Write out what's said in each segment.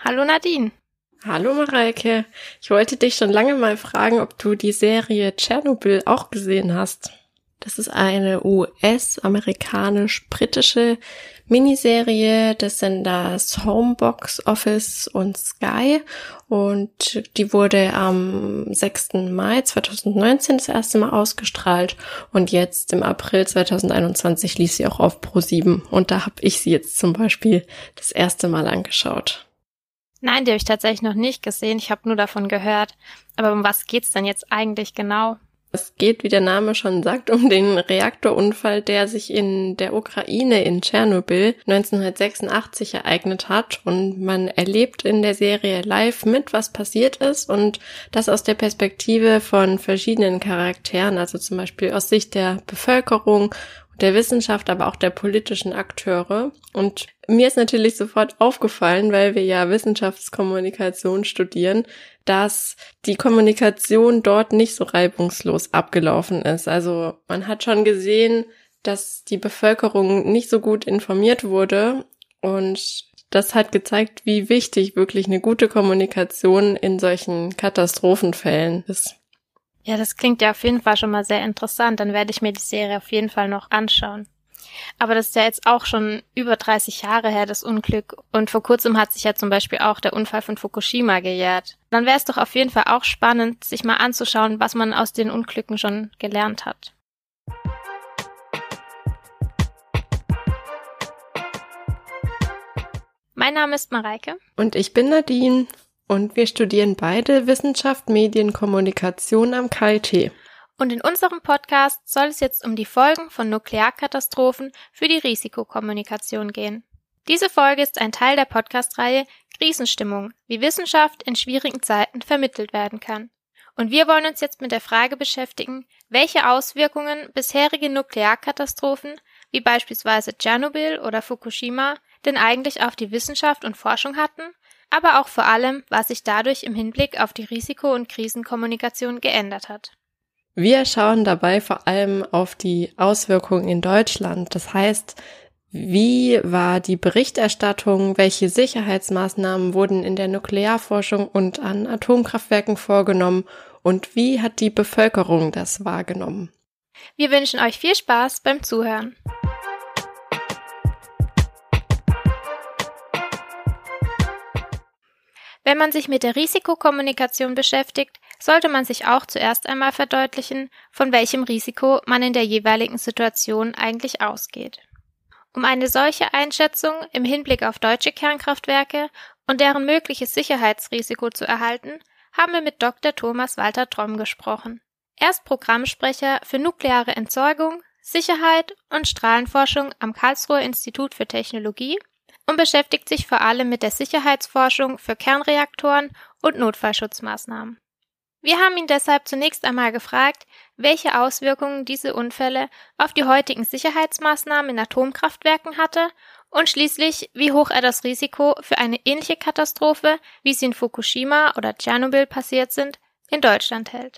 Hallo Nadine. Hallo Mareike. Ich wollte dich schon lange mal fragen, ob du die Serie Tschernobyl auch gesehen hast. Das ist eine US-amerikanisch-britische Miniserie des Senders Homebox Office und Sky und die wurde am 6. Mai 2019 das erste Mal ausgestrahlt und jetzt im April 2021 lief sie auch auf Pro7 und da habe ich sie jetzt zum Beispiel das erste Mal angeschaut. Nein, die habe ich tatsächlich noch nicht gesehen, ich habe nur davon gehört. Aber um was geht's denn jetzt eigentlich genau? Es geht, wie der Name schon sagt, um den Reaktorunfall, der sich in der Ukraine in Tschernobyl 1986 ereignet hat. Und man erlebt in der Serie live mit, was passiert ist und das aus der Perspektive von verschiedenen Charakteren, also zum Beispiel aus Sicht der Bevölkerung, der Wissenschaft, aber auch der politischen Akteure. Und mir ist natürlich sofort aufgefallen, weil wir ja Wissenschaftskommunikation studieren, dass die Kommunikation dort nicht so reibungslos abgelaufen ist. Also man hat schon gesehen, dass die Bevölkerung nicht so gut informiert wurde und das hat gezeigt, wie wichtig wirklich eine gute Kommunikation in solchen Katastrophenfällen ist. Ja, das klingt ja auf jeden Fall schon mal sehr interessant. Dann werde ich mir die Serie auf jeden Fall noch anschauen. Aber das ist ja jetzt auch schon über 30 Jahre her, das Unglück. Und vor kurzem hat sich ja zum Beispiel auch der Unfall von Fukushima gejährt. Dann wäre es doch auf jeden Fall auch spannend, sich mal anzuschauen, was man aus den Unglücken schon gelernt hat. Mein Name ist Mareike. Und ich bin Nadine. Und wir studieren beide Wissenschaft, Medien, Kommunikation am KIT. Und in unserem Podcast soll es jetzt um die Folgen von Nuklearkatastrophen für die Risikokommunikation gehen. Diese Folge ist ein Teil der Podcast-Reihe Krisenstimmung, wie Wissenschaft in schwierigen Zeiten vermittelt werden kann. Und wir wollen uns jetzt mit der Frage beschäftigen, welche Auswirkungen bisherige Nuklearkatastrophen, wie beispielsweise Tschernobyl oder Fukushima, denn eigentlich auf die Wissenschaft und Forschung hatten, aber auch vor allem, was sich dadurch im Hinblick auf die Risiko- und Krisenkommunikation geändert hat. Wir schauen dabei vor allem auf die Auswirkungen in Deutschland. Das heißt, wie war die Berichterstattung, welche Sicherheitsmaßnahmen wurden in der Nuklearforschung und an Atomkraftwerken vorgenommen und wie hat die Bevölkerung das wahrgenommen? Wir wünschen euch viel Spaß beim Zuhören. Wenn man sich mit der Risikokommunikation beschäftigt, sollte man sich auch zuerst einmal verdeutlichen, von welchem Risiko man in der jeweiligen Situation eigentlich ausgeht. Um eine solche Einschätzung im Hinblick auf deutsche Kernkraftwerke und deren mögliches Sicherheitsrisiko zu erhalten, haben wir mit Dr. Thomas Walter Tromm gesprochen. Er ist Programmsprecher für nukleare Entsorgung, Sicherheit und Strahlenforschung am Karlsruher Institut für Technologie und beschäftigt sich vor allem mit der Sicherheitsforschung für Kernreaktoren und Notfallschutzmaßnahmen. Wir haben ihn deshalb zunächst einmal gefragt, welche Auswirkungen diese Unfälle auf die heutigen Sicherheitsmaßnahmen in Atomkraftwerken hatte und schließlich, wie hoch er das Risiko für eine ähnliche Katastrophe, wie sie in Fukushima oder Tschernobyl passiert sind, in Deutschland hält.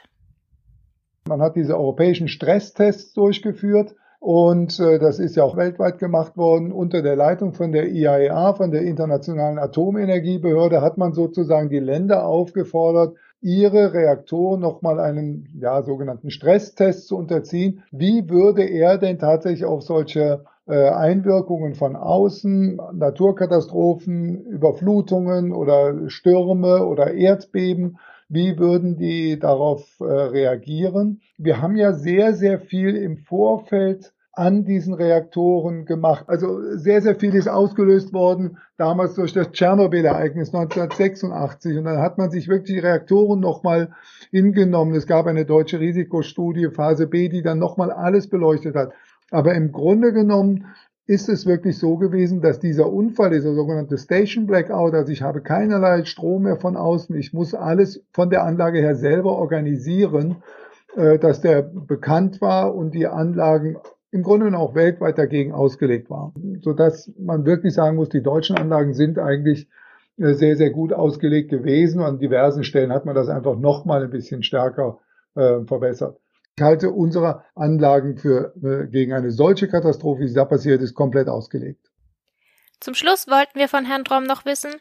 Man hat diese europäischen Stresstests durchgeführt. Und das ist ja auch weltweit gemacht worden. Unter der Leitung von der IAEA, von der Internationalen Atomenergiebehörde, hat man sozusagen die Länder aufgefordert, ihre Reaktoren nochmal einem sogenannten Stresstest zu unterziehen. Wie würde er denn tatsächlich auf solche Einwirkungen von außen, Naturkatastrophen, Überflutungen oder Stürme oder Erdbeben, wie würden die darauf reagieren? Wir haben ja sehr, sehr viel im Vorfeld an diesen Reaktoren gemacht. Also sehr, sehr viel ist ausgelöst worden, damals durch das Tschernobyl-Ereignis 1986. Und dann hat man sich wirklich die Reaktoren nochmal hingenommen. Es gab eine deutsche Risikostudie, Phase B, die dann nochmal alles beleuchtet hat. Aber im Grunde genommen ist es wirklich so gewesen, dass dieser Unfall, dieser sogenannte Station Blackout, also ich habe keinerlei Strom mehr von außen, ich muss alles von der Anlage her selber organisieren, dass der bekannt war und die Anlagen im Grunde genommen auch weltweit dagegen ausgelegt waren. Sodass man wirklich sagen muss, die deutschen Anlagen sind eigentlich sehr, sehr gut ausgelegt gewesen. An diversen Stellen hat man das einfach nochmal ein bisschen stärker verbessert. Ich halte unsere Anlagen gegen eine solche Katastrophe, wie sie da passiert ist, komplett ausgelegt. Zum Schluss wollten wir von Herrn Tromm noch wissen,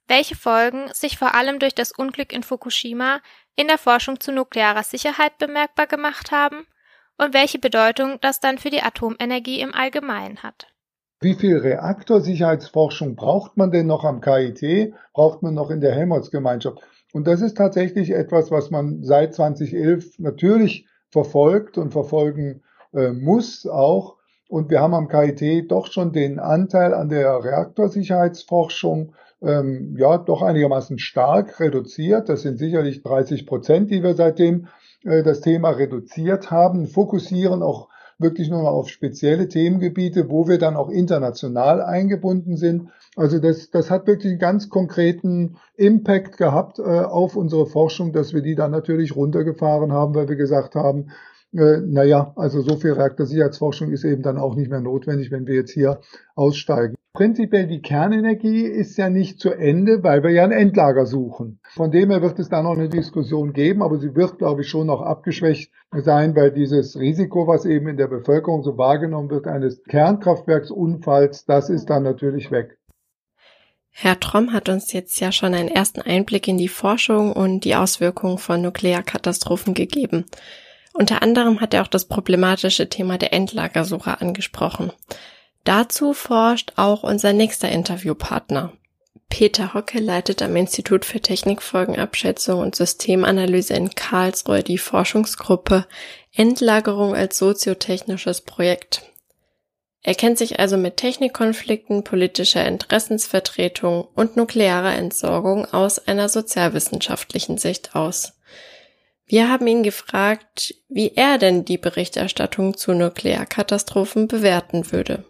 welche Folgen sich vor allem durch das Unglück in Fukushima in der Forschung zu nuklearer Sicherheit bemerkbar gemacht haben und welche Bedeutung das dann für die Atomenergie im Allgemeinen hat. Wie viel Reaktorsicherheitsforschung braucht man denn noch am KIT, braucht man noch in der Helmholtz-Gemeinschaft? Und das ist tatsächlich etwas, was man seit 2011 natürlich verfolgt und verfolgen muss auch. Und wir haben am KIT doch schon den Anteil an der Reaktorsicherheitsforschung doch einigermaßen stark reduziert. Das sind sicherlich 30%, die wir seitdem das Thema reduziert haben, fokussieren auch wirklich nur noch auf spezielle Themengebiete, wo wir dann auch international eingebunden sind. Also das hat wirklich einen ganz konkreten Impact gehabt auf unsere Forschung, dass wir die dann natürlich runtergefahren haben, weil wir gesagt haben, also so viel Reaktorsicherheitsforschung ist eben dann auch nicht mehr notwendig, wenn wir jetzt hier aussteigen. Prinzipiell die Kernenergie ist ja nicht zu Ende, weil wir ja ein Endlager suchen. Von dem her wird es da noch eine Diskussion geben, aber sie wird, glaube ich, schon noch abgeschwächt sein, weil dieses Risiko, was eben in der Bevölkerung so wahrgenommen wird, eines Kernkraftwerksunfalls, das ist dann natürlich weg. Herr Tromm hat uns jetzt ja schon einen ersten Einblick in die Forschung und die Auswirkungen von Nuklearkatastrophen gegeben. Unter anderem hat er auch das problematische Thema der Endlagersuche angesprochen. Dazu forscht auch unser nächster Interviewpartner. Peter Hocke leitet am Institut für Technikfolgenabschätzung und Systemanalyse in Karlsruhe die Forschungsgruppe Endlagerung als soziotechnisches Projekt. Er kennt sich also mit Technikkonflikten, politischer Interessensvertretung und nuklearer Entsorgung aus einer sozialwissenschaftlichen Sicht aus. Wir haben ihn gefragt, wie er denn die Berichterstattung zu Nuklearkatastrophen bewerten würde.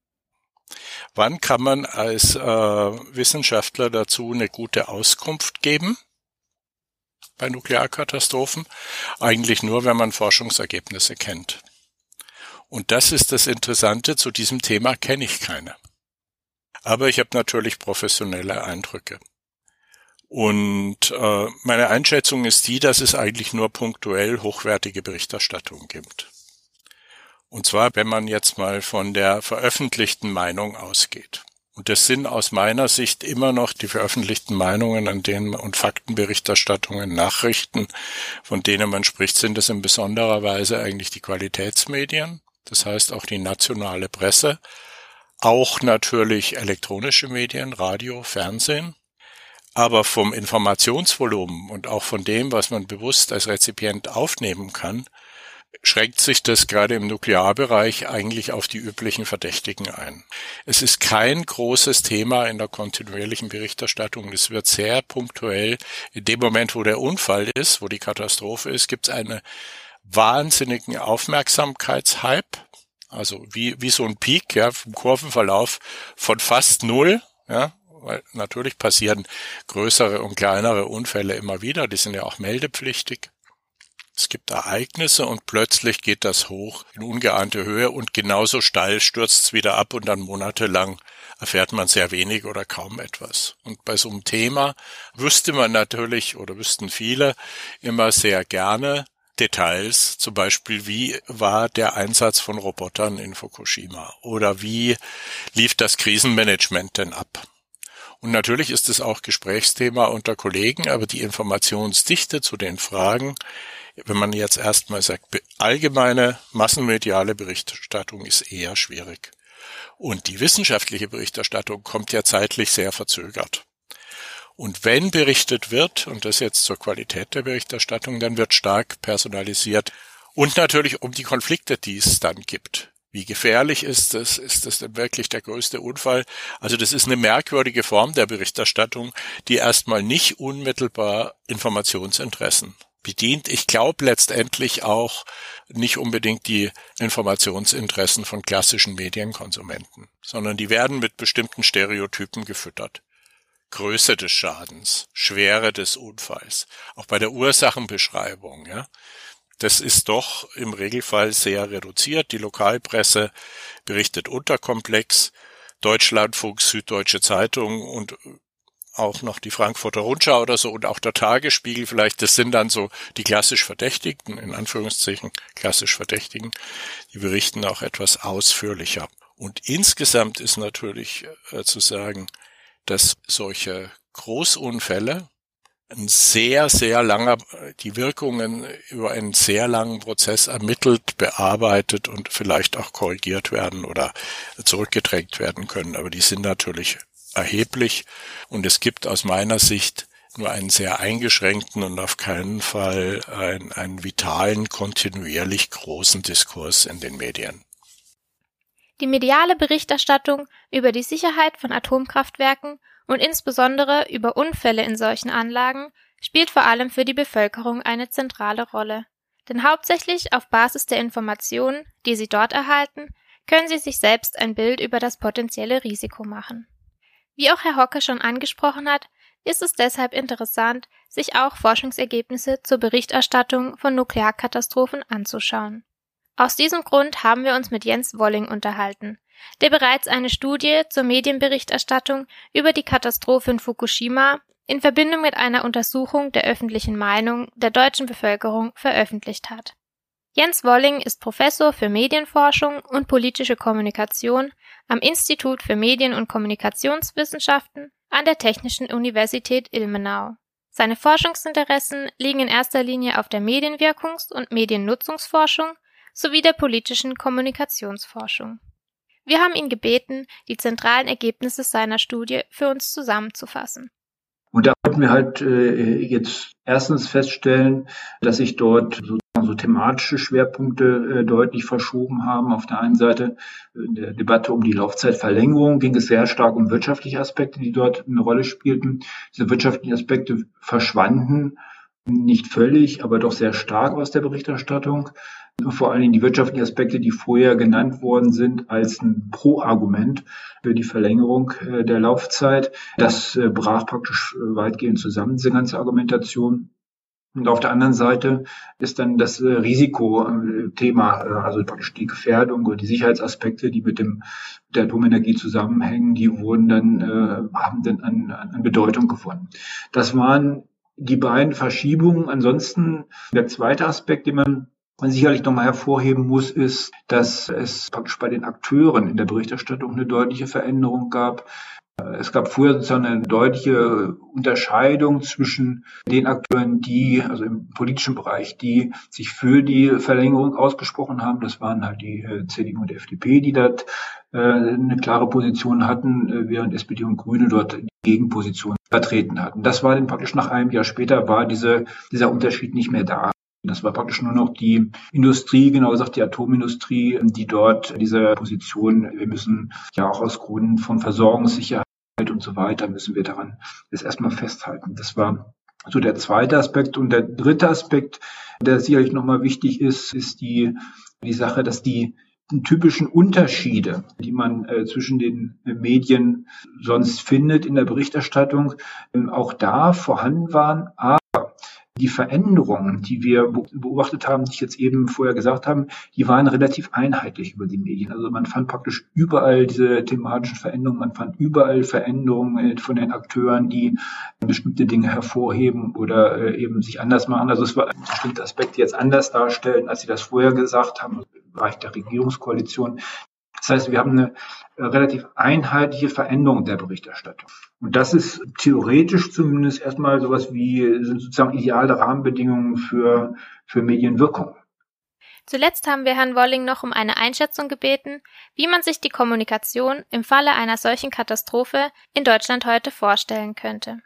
Wann kann man als Wissenschaftler dazu eine gute Auskunft geben bei Nuklearkatastrophen? Eigentlich nur, wenn man Forschungsergebnisse kennt. Und das ist das Interessante, zu diesem Thema kenne ich keine. Aber ich habe natürlich professionelle Eindrücke. Und meine Einschätzung ist die, dass es eigentlich nur punktuell hochwertige Berichterstattung gibt. Und zwar, wenn man jetzt mal von der veröffentlichten Meinung ausgeht. Und das sind aus meiner Sicht immer noch die veröffentlichten Meinungen, an denen und Faktenberichterstattungen, Nachrichten, von denen man spricht, sind es in besonderer Weise eigentlich die Qualitätsmedien. Das heißt auch die nationale Presse, auch natürlich elektronische Medien, Radio, Fernsehen. Aber vom Informationsvolumen und auch von dem, was man bewusst als Rezipient aufnehmen kann, schränkt sich das gerade im Nuklearbereich eigentlich auf die üblichen Verdächtigen ein. Es ist kein großes Thema in der kontinuierlichen Berichterstattung. Es wird sehr punktuell. In dem Moment, wo der Unfall ist, wo die Katastrophe ist, gibt es einen wahnsinnigen Aufmerksamkeitshype. Also wie so ein Peak, ja, vom Kurvenverlauf von fast null, ja. Weil natürlich passieren größere und kleinere Unfälle immer wieder, die sind ja auch meldepflichtig. Es gibt Ereignisse und plötzlich geht das hoch in ungeahnte Höhe und genauso steil stürzt es wieder ab und dann monatelang erfährt man sehr wenig oder kaum etwas. Und bei so einem Thema wüsste man natürlich oder wüssten viele immer sehr gerne Details, zum Beispiel wie war der Einsatz von Robotern in Fukushima oder wie lief das Krisenmanagement denn ab. Und natürlich ist es auch Gesprächsthema unter Kollegen, aber die Informationsdichte zu den Fragen, wenn man jetzt erstmal sagt, allgemeine massenmediale Berichterstattung ist eher schwierig. Und die wissenschaftliche Berichterstattung kommt ja zeitlich sehr verzögert. Und wenn berichtet wird, und das jetzt zur Qualität der Berichterstattung, dann wird stark personalisiert. Und natürlich um die Konflikte, die es dann gibt. Wie gefährlich ist das? Ist das denn wirklich der größte Unfall? Also das ist eine merkwürdige Form der Berichterstattung, die erstmal nicht unmittelbar Informationsinteressen bedient. Ich glaube letztendlich auch nicht unbedingt die Informationsinteressen von klassischen Medienkonsumenten, sondern die werden mit bestimmten Stereotypen gefüttert. Größe des Schadens, Schwere des Unfalls, auch bei der Ursachenbeschreibung, ja. Das ist doch im Regelfall sehr reduziert. Die Lokalpresse berichtet unterkomplex. Deutschlandfunk, Süddeutsche Zeitung und auch noch die Frankfurter Rundschau oder so und auch der Tagesspiegel vielleicht. Das sind dann so die klassisch Verdächtigen, in Anführungszeichen klassisch Verdächtigen. Die berichten auch etwas ausführlicher. Und insgesamt ist natürlich zu sagen, dass solche Großunfälle ein sehr, sehr langer, die Wirkungen über einen sehr langen Prozess ermittelt, bearbeitet und vielleicht auch korrigiert werden oder zurückgedrängt werden können. Aber die sind natürlich erheblich und es gibt aus meiner Sicht nur einen sehr eingeschränkten und auf keinen Fall einen vitalen, kontinuierlich großen Diskurs in den Medien. Die mediale Berichterstattung über die Sicherheit von Atomkraftwerken und insbesondere über Unfälle in solchen Anlagen spielt vor allem für die Bevölkerung eine zentrale Rolle. Denn hauptsächlich auf Basis der Informationen, die sie dort erhalten, können sie sich selbst ein Bild über das potenzielle Risiko machen. Wie auch Herr Hocke schon angesprochen hat, ist es deshalb interessant, sich auch Forschungsergebnisse zur Berichterstattung von Nuklearkatastrophen anzuschauen. Aus diesem Grund haben wir uns mit Jens Wolling unterhalten, der bereits eine Studie zur Medienberichterstattung über die Katastrophe in Fukushima in Verbindung mit einer Untersuchung der öffentlichen Meinung der deutschen Bevölkerung veröffentlicht hat. Jens Wolling ist Professor für Medienforschung und politische Kommunikation am Institut für Medien- und Kommunikationswissenschaften an der Technischen Universität Ilmenau. Seine Forschungsinteressen liegen in erster Linie auf der Medienwirkungs- und Mediennutzungsforschung sowie der politischen Kommunikationsforschung. Wir haben ihn gebeten, die zentralen Ergebnisse seiner Studie für uns zusammenzufassen. Und da konnten wir halt jetzt erstens feststellen, dass sich dort so thematische Schwerpunkte deutlich verschoben haben. Auf der einen Seite in der Debatte um die Laufzeitverlängerung ging es sehr stark um wirtschaftliche Aspekte, die dort eine Rolle spielten. Diese wirtschaftlichen Aspekte verschwanden nicht völlig, aber doch sehr stark aus der Berichterstattung. Vor allen Dingen die wirtschaftlichen Aspekte, die vorher genannt worden sind, als ein Pro-Argument für die Verlängerung der Laufzeit. Das brach praktisch weitgehend zusammen, diese ganze Argumentation. Und auf der anderen Seite ist dann das Risikothema, also praktisch die Gefährdung oder die Sicherheitsaspekte, die mit der Atomenergie zusammenhängen, die wurden dann, haben dann an Bedeutung gewonnen. Das waren die beiden Verschiebungen. Ansonsten der zweite Aspekt, den man sicherlich nochmal hervorheben muss, ist, dass es praktisch bei den Akteuren in der Berichterstattung eine deutliche Veränderung gab. Es gab früher sozusagen eine deutliche Unterscheidung zwischen den Akteuren, die, also im politischen Bereich, die sich für die Verlängerung ausgesprochen haben. Das waren halt die CDU und die FDP, die dort eine klare Position hatten, während SPD und Grüne dort die Gegenposition vertreten hatten. Das war dann praktisch nach einem Jahr später, war dieser Unterschied nicht mehr da. Das war praktisch nur noch die Industrie, genau gesagt die Atomindustrie, die dort diese Position, wir müssen ja auch aus Gründen von Versorgungssicherheit und so weiter, müssen wir daran das erstmal festhalten. Das war so der zweite Aspekt. Und der dritte Aspekt, der sicherlich nochmal wichtig ist, ist die Sache, dass die typischen Unterschiede, die man zwischen den Medien sonst findet in der Berichterstattung, auch da vorhanden waren. Aber die Veränderungen, die wir beobachtet haben, die ich jetzt eben vorher gesagt habe, die waren relativ einheitlich über die Medien. Also man fand praktisch überall diese thematischen Veränderungen, man fand überall Veränderungen von den Akteuren, die bestimmte Dinge hervorheben oder eben sich anders machen. Also es war bestimmte Aspekte jetzt anders darstellen, als sie das vorher gesagt haben, im Bereich der Regierungskoalition. Das heißt, wir haben eine relativ einheitliche Veränderung der Berichterstattung. Und das ist theoretisch zumindest erstmal sowas wie, sind sozusagen ideale Rahmenbedingungen für Medienwirkung. Zuletzt haben wir Herrn Wolling noch um eine Einschätzung gebeten, wie man sich die Kommunikation im Falle einer solchen Katastrophe in Deutschland heute vorstellen könnte.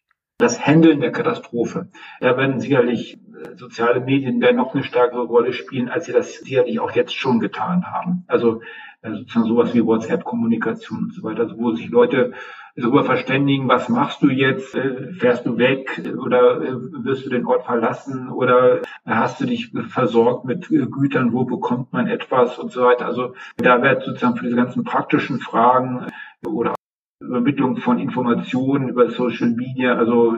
Das Handeln der Katastrophe. Da werden sicherlich soziale Medien dann noch eine stärkere Rolle spielen, als sie das sicherlich auch jetzt schon getan haben. Also sozusagen sowas wie WhatsApp-Kommunikation und so weiter, also wo sich Leute darüber verständigen, was machst du jetzt, fährst du weg oder wirst du den Ort verlassen oder hast du dich versorgt mit Gütern, wo bekommt man etwas und so weiter. Also da wird sozusagen für diese ganzen praktischen Fragen oder Übermittlung von Informationen über Social Media, also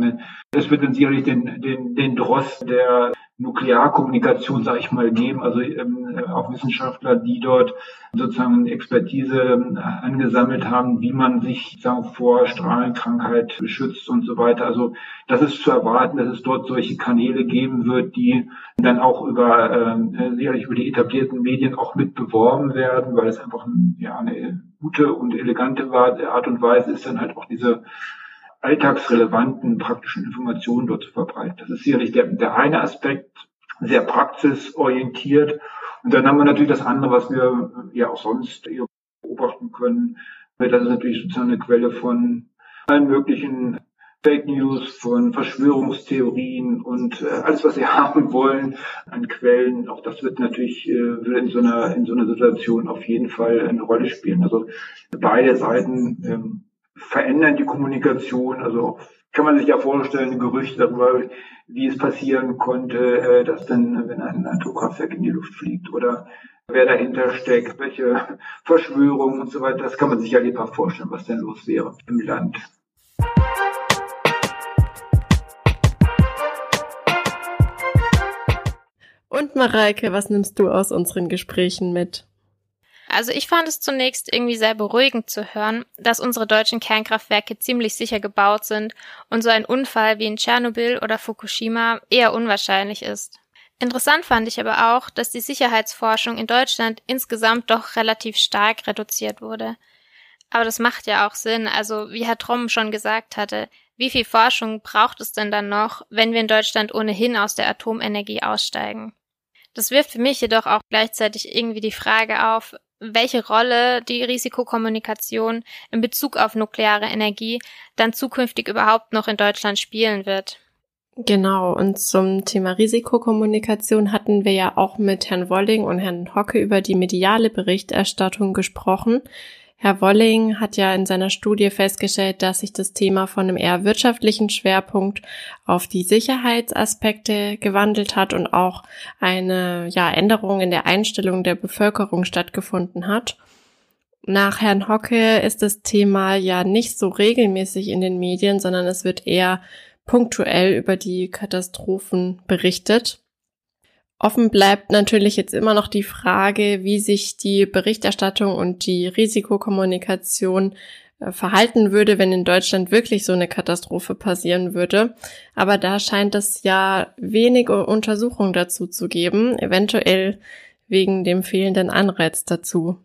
es wird dann sicherlich den Drost der Nuklearkommunikation, sage ich mal, geben, also auch Wissenschaftler, die dort sozusagen Expertise angesammelt haben, wie man sich sozusagen vor Strahlenkrankheit schützt und so weiter. Also das ist zu erwarten, dass es dort solche Kanäle geben wird, die dann auch sicherlich über die etablierten Medien auch mit beworben werden, weil es einfach eine gute und elegante Art und Weise ist, dann halt auch diese alltagsrelevanten, praktischen Informationen dort zu verbreiten. Das ist sicherlich der eine Aspekt, sehr praxisorientiert. Und dann haben wir natürlich das andere, was wir ja auch sonst beobachten können. Das ist natürlich sozusagen eine Quelle von allen möglichen Fake News, von Verschwörungstheorien und alles, was sie haben wollen an Quellen. Auch das wird natürlich in so einer Situation auf jeden Fall eine Rolle spielen. Also beide Seiten verändern die Kommunikation. Also kann man sich ja vorstellen, Gerüchte darüber, wie es passieren konnte, dass dann, wenn ein Atomkraftwerk in die Luft fliegt oder wer dahinter steckt, welche Verschwörungen und so weiter, das kann man sich ja lieber vorstellen, was denn los wäre im Land. Und Mareike, was nimmst du aus unseren Gesprächen mit? Also ich fand es zunächst irgendwie sehr beruhigend zu hören, dass unsere deutschen Kernkraftwerke ziemlich sicher gebaut sind und so ein Unfall wie in Tschernobyl oder Fukushima eher unwahrscheinlich ist. Interessant fand ich aber auch, dass die Sicherheitsforschung in Deutschland insgesamt doch relativ stark reduziert wurde. Aber das macht ja auch Sinn, also wie Herr Tromm schon gesagt hatte, wie viel Forschung braucht es denn dann noch, wenn wir in Deutschland ohnehin aus der Atomenergie aussteigen? Das wirft für mich jedoch auch gleichzeitig irgendwie die Frage auf, welche Rolle die Risikokommunikation in Bezug auf nukleare Energie dann zukünftig überhaupt noch in Deutschland spielen wird. Genau, und zum Thema Risikokommunikation hatten wir ja auch mit Herrn Wolling und Herrn Hocke über die mediale Berichterstattung gesprochen. Herr Wolling hat ja in seiner Studie festgestellt, dass sich das Thema von einem eher wirtschaftlichen Schwerpunkt auf die Sicherheitsaspekte gewandelt hat und auch eine Änderung in der Einstellung der Bevölkerung stattgefunden hat. Nach Herrn Hocke ist das Thema ja nicht so regelmäßig in den Medien, sondern es wird eher punktuell über die Katastrophen berichtet. Offen bleibt natürlich jetzt immer noch die Frage, wie sich die Berichterstattung und die Risikokommunikation verhalten würde, wenn in Deutschland wirklich so eine Katastrophe passieren würde. Aber da scheint es ja wenige Untersuchungen dazu zu geben, eventuell wegen dem fehlenden Anreiz dazu.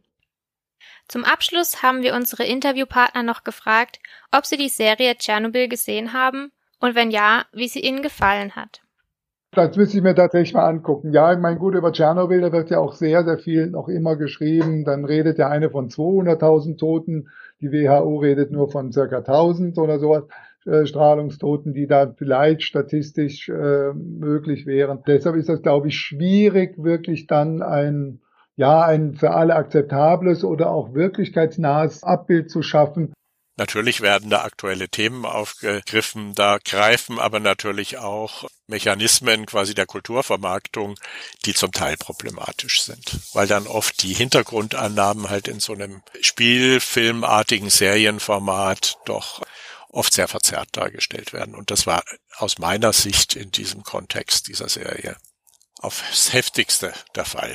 Zum Abschluss haben wir unsere Interviewpartner noch gefragt, ob sie die Serie Tschernobyl gesehen haben und wenn ja, wie sie ihnen gefallen hat. Das müsste ich mir tatsächlich mal angucken. Ja, ich meine, gut, über Tschernobyl, da wird ja auch sehr, sehr viel noch immer geschrieben. Dann redet der eine von 200.000 Toten. Die WHO redet nur von circa 1.000 oder sowas. Strahlungstoten, die da vielleicht statistisch möglich wären. Deshalb ist das, glaube ich, schwierig, wirklich dann ein für alle akzeptables oder auch wirklichkeitsnahes Abbild zu schaffen. Natürlich werden da aktuelle Themen aufgegriffen, da greifen aber natürlich auch Mechanismen quasi der Kulturvermarktung, die zum Teil problematisch sind, weil dann oft die Hintergrundannahmen halt in so einem spielfilmartigen Serienformat doch oft sehr verzerrt dargestellt werden. Und das war aus meiner Sicht in diesem Kontext dieser Serie aufs Heftigste der Fall.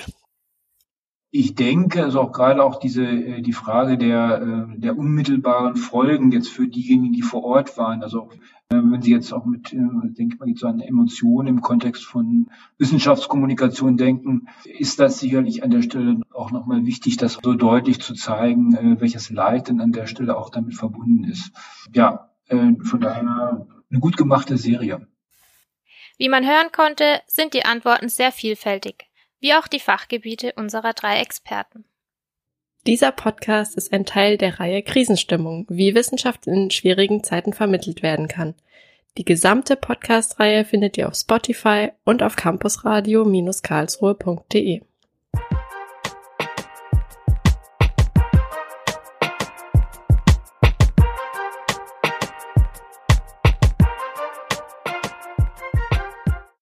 Ich denke, also auch gerade auch die Frage der unmittelbaren Folgen jetzt für diejenigen, die vor Ort waren. Also wenn Sie jetzt auch denke mal jetzt so an Emotionen im Kontext von Wissenschaftskommunikation denken, ist das sicherlich an der Stelle auch nochmal wichtig, das so deutlich zu zeigen, welches Leid denn an der Stelle auch damit verbunden ist. Ja, von daher eine gut gemachte Serie. Wie man hören konnte, sind die Antworten sehr vielfältig, wie auch die Fachgebiete unserer 3 Experten. Dieser Podcast ist ein Teil der Reihe Krisenstimmung, wie Wissenschaft in schwierigen Zeiten vermittelt werden kann. Die gesamte Podcast-Reihe findet ihr auf Spotify und auf campusradio-karlsruhe.de.